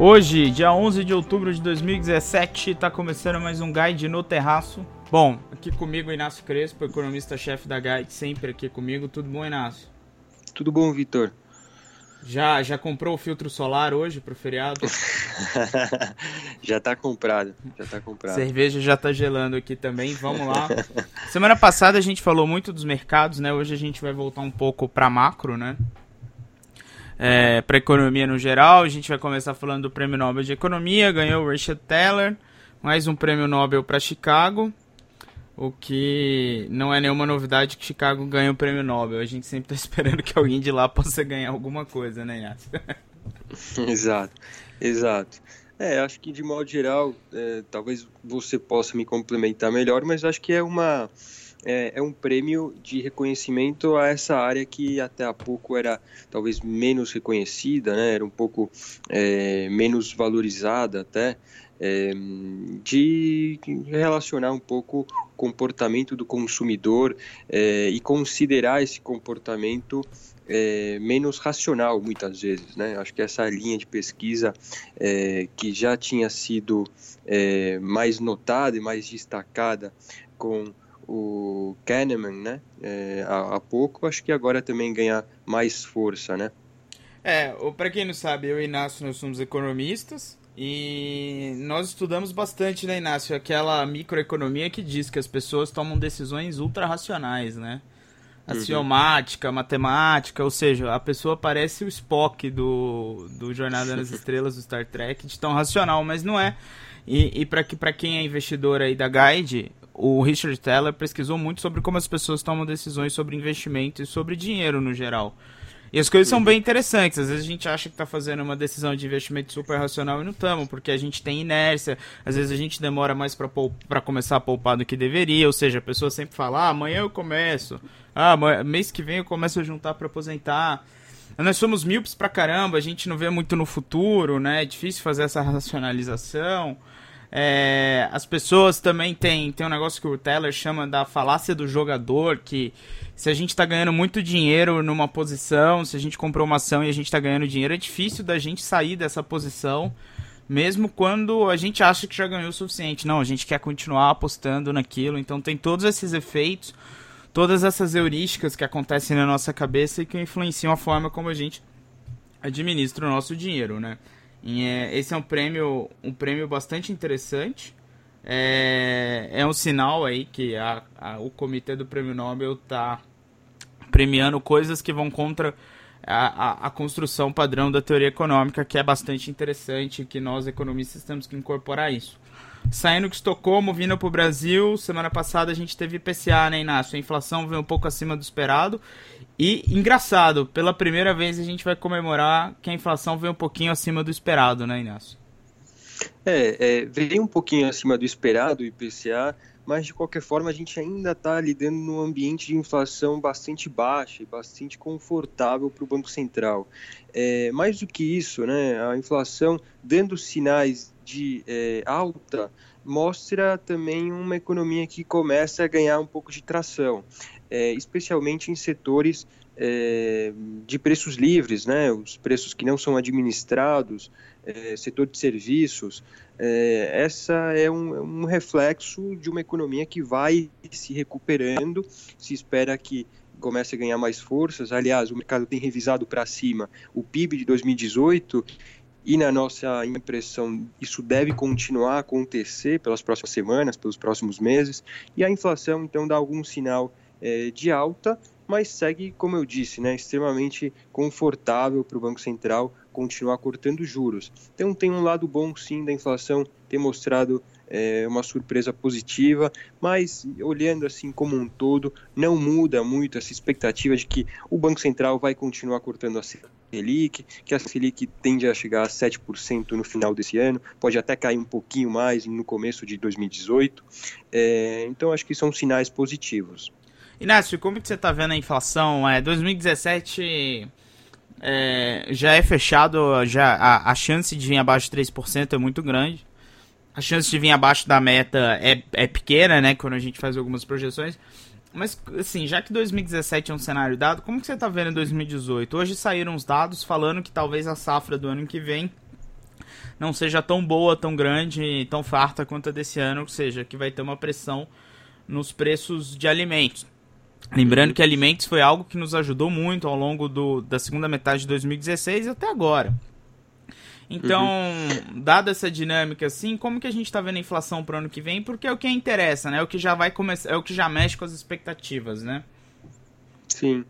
Hoje, dia 11 de outubro de 2017, está começando mais um Guide no Terraço. Bom, aqui comigo Inácio Crespo, economista-chefe da Guide, sempre aqui comigo. Tudo bom, Inácio? Tudo bom, Vitor? Já comprou o filtro solar hoje pro feriado? Já tá comprado. Cerveja já tá gelando aqui também, vamos lá. Semana passada a gente falou muito dos mercados, né? Hoje a gente vai voltar um pouco para macro, né? Para economia no geral, a gente vai começar falando do Prêmio Nobel de Economia. Ganhou o Richard Thaler, mais um Prêmio Nobel para Chicago, o que não é nenhuma novidade que Chicago ganhe o Prêmio Nobel. A gente sempre está esperando que alguém de lá possa ganhar alguma coisa, né, Inácio? Exato. Acho que de modo geral, talvez você possa me complementar melhor, mas acho que é um prêmio de reconhecimento a essa área que até há pouco era talvez menos reconhecida, né? Era um pouco menos valorizada até, de relacionar um pouco o comportamento do consumidor e considerar esse comportamento menos racional muitas vezes, né? Acho que essa linha de pesquisa que já tinha sido mais notada e mais destacada com o Kahneman, né? Há pouco, acho que agora também ganha mais força, né? Para quem não sabe, eu e Inácio, nós somos economistas e nós estudamos bastante, né, Inácio? Aquela microeconomia que diz que as pessoas tomam decisões ultra-racionais, né? Axiomática, matemática, ou seja, a pessoa parece o Spock do Jornada nas Estrelas, do Star Trek, de tão racional, mas não é. E para quem é investidor aí da Guide, o Richard Thaler pesquisou muito sobre como as pessoas tomam decisões sobre investimento e sobre dinheiro no geral. E as coisas são bem interessantes. Às vezes a gente acha que está fazendo uma decisão de investimento super racional e não estamos, porque a gente tem inércia. Às vezes a gente demora mais para começar a poupar do que deveria. Ou seja, a pessoa sempre fala, amanhã eu começo. Mês que vem eu começo a juntar para aposentar. Nós somos míopes pra caramba, a gente não vê muito no futuro, né? É difícil fazer essa racionalização. As pessoas também tem um negócio que o Thaler chama da falácia do jogador, que se a gente está ganhando muito dinheiro numa posição, se a gente comprou uma ação e a gente está ganhando dinheiro, é difícil da gente sair dessa posição, mesmo quando a gente acha que já ganhou o suficiente. Não, a gente quer continuar apostando naquilo, então tem todos esses efeitos, todas essas heurísticas que acontecem na nossa cabeça e que influenciam a forma como a gente administra o nosso dinheiro, né? Esse é um prêmio bastante interessante. É um sinal aí que o comitê do Prêmio Nobel está premiando coisas que vão contra a construção padrão da teoria econômica, que é bastante interessante, que nós economistas temos que incorporar isso. Saindo de Estocolmo, vindo para o Brasil, semana passada a gente teve IPCA, né, Inácio? A inflação veio um pouco acima do esperado. E, engraçado, pela primeira vez a gente vai comemorar que a inflação veio um pouquinho acima do esperado, né, Inácio? Veio um pouquinho acima do esperado o IPCA, mas de qualquer forma a gente ainda está lidando num ambiente de inflação bastante baixa e bastante confortável para o Banco Central. Mais do que isso, né, a inflação dando sinais de alta mostra também uma economia que começa a ganhar um pouco de tração, especialmente em setores de preços livres, né, os preços que não são administrados, setor de serviços. Essa é um reflexo de uma economia que vai se recuperando, se espera que comece a ganhar mais forças. Aliás, o mercado tem revisado para cima o PIB de 2018 e, na nossa impressão, isso deve continuar a acontecer pelas próximas semanas, pelos próximos meses, e a inflação, então, dá algum sinal de alta, mas segue, como eu disse, né, extremamente confortável para o Banco Central continuar cortando juros. Então tem um lado bom, sim, da inflação ter mostrado uma surpresa positiva, mas olhando assim como um todo, não muda muito essa expectativa de que o Banco Central vai continuar cortando a Selic, que a Selic tende a chegar a 7% no final desse ano, pode até cair um pouquinho mais no começo de 2018. Então acho que são sinais positivos. Inácio, como que você está vendo a inflação? 2017 já é fechado, a chance de vir abaixo de 3% é muito grande. A chance de vir abaixo da meta é pequena, né, quando a gente faz algumas projeções. Mas, assim, já que 2017 é um cenário dado, como que você está vendo em 2018? Hoje saíram uns dados falando que talvez a safra do ano que vem não seja tão boa, tão grande, tão farta quanto a desse ano, ou seja, que vai ter uma pressão nos preços de alimentos. Lembrando que alimentos foi algo que nos ajudou muito ao longo da segunda metade de 2016 e até agora. Então, dada essa dinâmica assim, como que a gente está vendo a inflação para o ano que vem? Porque é o que interessa, né? É o que já vai começar, é o que já mexe com as expectativas, né? Sim.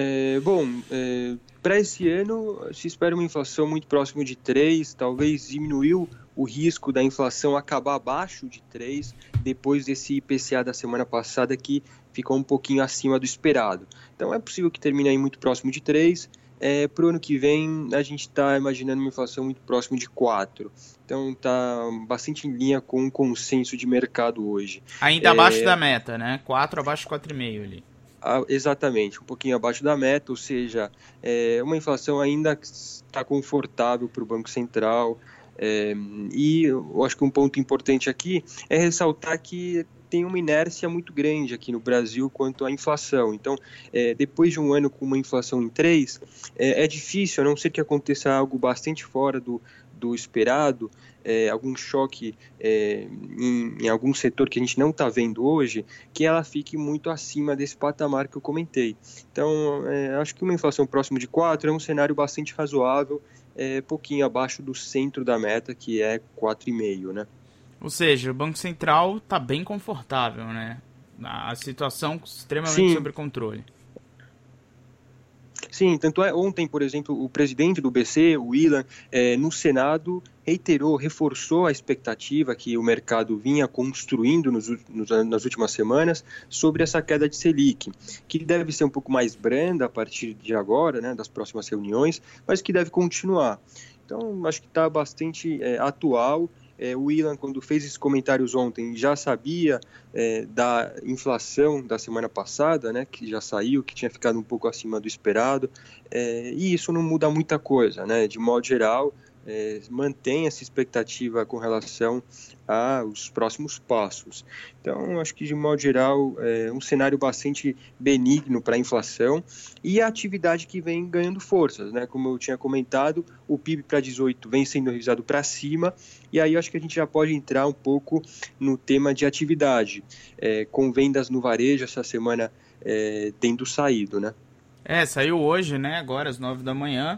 Para esse ano, se espera uma inflação muito próxima de 3, talvez diminuiu o risco da inflação acabar abaixo de 3, depois desse IPCA da semana passada que ficou um pouquinho acima do esperado. Então é possível que termine aí muito próximo de 3. Para o ano que vem, a gente está imaginando uma inflação muito próxima de 4. Então está bastante em linha com o consenso de mercado hoje. Ainda abaixo da meta, né? 4 abaixo de 4,5 ali. Exatamente, um pouquinho abaixo da meta, ou seja, uma inflação ainda está confortável para o Banco Central. E eu acho que um ponto importante aqui é ressaltar que tem uma inércia muito grande aqui no Brasil quanto à inflação. Então, depois de um ano com uma inflação em 3, é difícil, a não ser que aconteça algo bastante fora do esperado, algum choque em algum setor que a gente não está vendo hoje, que ela fique muito acima desse patamar que eu comentei. Então, acho que uma inflação próxima de 4 é um cenário bastante razoável, pouquinho abaixo do centro da meta, que é 4,5, né? Ou seja, o Banco Central está bem confortável, né? A situação extremamente Sim. sob controle. Sim, tanto é, ontem, por exemplo, o presidente do BC, o Ilan, no Senado, reforçou a expectativa que o mercado vinha construindo nas últimas semanas sobre essa queda de Selic, que deve ser um pouco mais branda a partir de agora, né, das próximas reuniões, mas que deve continuar. Então, acho que está bastante atual. O Ilan, quando fez esses comentários ontem, já sabia da inflação da semana passada, né, que já saiu, que tinha ficado um pouco acima do esperado, e isso não muda muita coisa, né? De modo geral, mantém essa expectativa com relação aos próximos passos. Então, acho que, de modo geral, é um cenário bastante benigno para a inflação e a atividade que vem ganhando forças, né? Como eu tinha comentado, o PIB para 18 vem sendo revisado para cima, e aí acho que a gente já pode entrar um pouco no tema de atividade, com vendas no varejo essa semana tendo saído, né? Saiu hoje, né? Agora às 9 da manhã.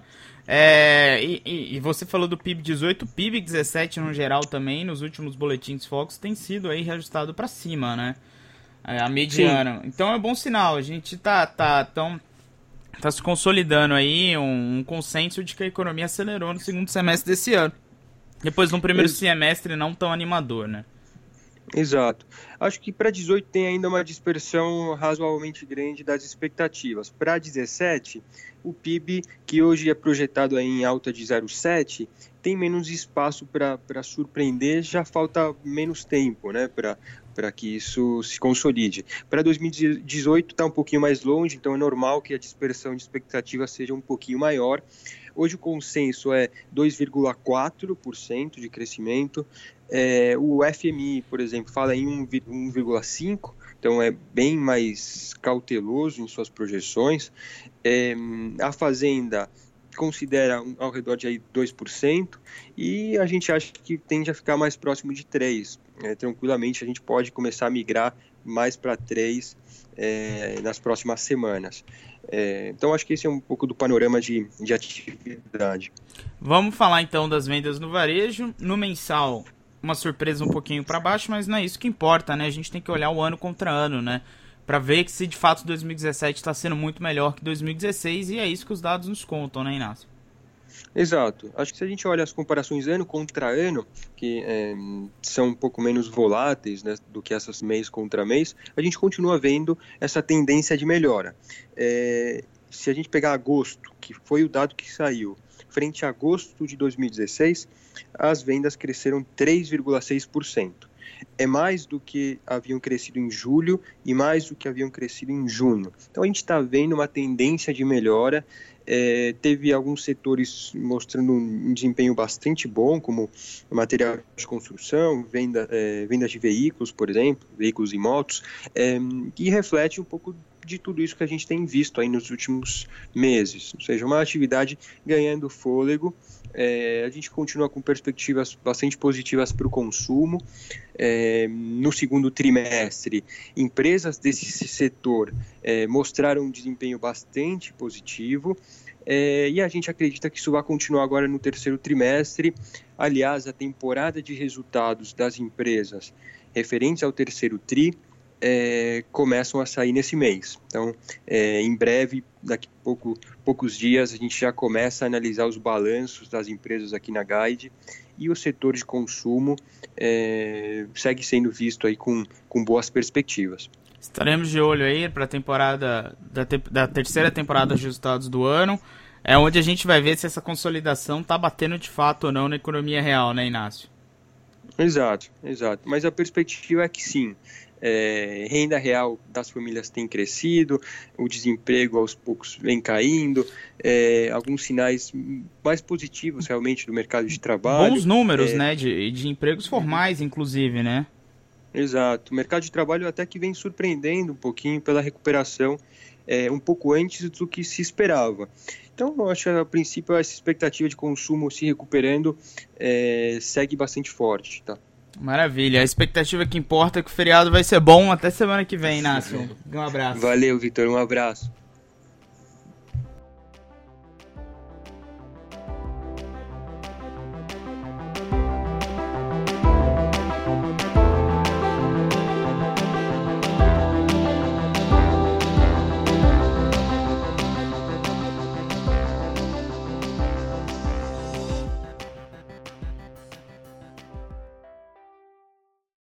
E você falou do PIB 18, o PIB 17 no geral também, nos últimos boletins Focus, tem sido aí reajustado para cima, né? A mediana. Sim. Então é bom sinal, a gente tá se consolidando aí um consenso de que a economia acelerou no segundo semestre desse ano. Depois de um primeiro semestre não tão animador, né? Exato. Acho que para 18 tem ainda uma dispersão razoavelmente grande das expectativas. Para 17, o PIB, que hoje é projetado aí em alta de 0,7, tem menos espaço para surpreender, já falta menos tempo, né, para que isso se consolide. Para 2018 está um pouquinho mais longe, então é normal que a dispersão de expectativa seja um pouquinho maior. Hoje o consenso é 2,4% de crescimento. O FMI, por exemplo, fala em 1,5%, então é bem mais cauteloso em suas projeções. A Fazenda considera ao redor de aí 2%, e a gente acha que tende a ficar mais próximo de 3%. Tranquilamente a gente pode começar a migrar mais para 3% nas próximas semanas. Então acho que esse é um pouco do panorama de atividade. Vamos falar então das vendas no varejo. No mensal, uma surpresa um pouquinho para baixo, mas não é isso que importa, né? A gente tem que olhar o ano contra ano, né? Para ver que se de fato 2017 está sendo muito melhor que 2016, e é isso que os dados nos contam, né, Inácio? Exato. Acho que se a gente olha as comparações ano contra ano, que são um pouco menos voláteis, né, do que essas mês contra mês, a gente continua vendo essa tendência de melhora. Se a gente pegar agosto, que foi o dado que saiu, frente a agosto de 2016, as vendas cresceram 3,6%. É mais do que haviam crescido em julho e mais do que haviam crescido em junho. Então a gente está vendo uma tendência de melhora. Teve alguns setores mostrando um desempenho bastante bom, como material de construção, vendas de veículos, por exemplo, veículos e motos, que reflete um pouco de tudo isso que a gente tem visto aí nos últimos meses, ou seja, uma atividade ganhando fôlego, a gente continua com perspectivas bastante positivas para o consumo. No segundo trimestre, empresas desse setor mostraram um desempenho bastante positivo, e a gente acredita que isso vai continuar agora no terceiro trimestre. Aliás, a temporada de resultados das empresas referentes ao terceiro TRI começam a sair nesse mês. Então, em breve, daqui a poucos dias, a gente já começa a analisar os balanços das empresas aqui na Guide, e o setor de consumo segue sendo visto aí com boas perspectivas. Estaremos de olho aí para a temporada da terceira temporada de resultados do ano, onde a gente vai ver se essa consolidação está batendo de fato ou não na economia real, né, Inácio? Exato. Mas a perspectiva é que sim. Renda real das famílias tem crescido, o desemprego aos poucos vem caindo, alguns sinais mais positivos realmente do mercado de trabalho. Bons números, né, de empregos formais, inclusive, né? Exato. O mercado de trabalho até que vem surpreendendo um pouquinho pela recuperação um pouco antes do que se esperava. Então, eu acho que a princípio essa expectativa de consumo se recuperando segue bastante forte, tá? Maravilha. A expectativa que importa é que o feriado vai ser bom. Até semana que vem, Inácio. Um abraço. Valeu, Vitor. Um abraço.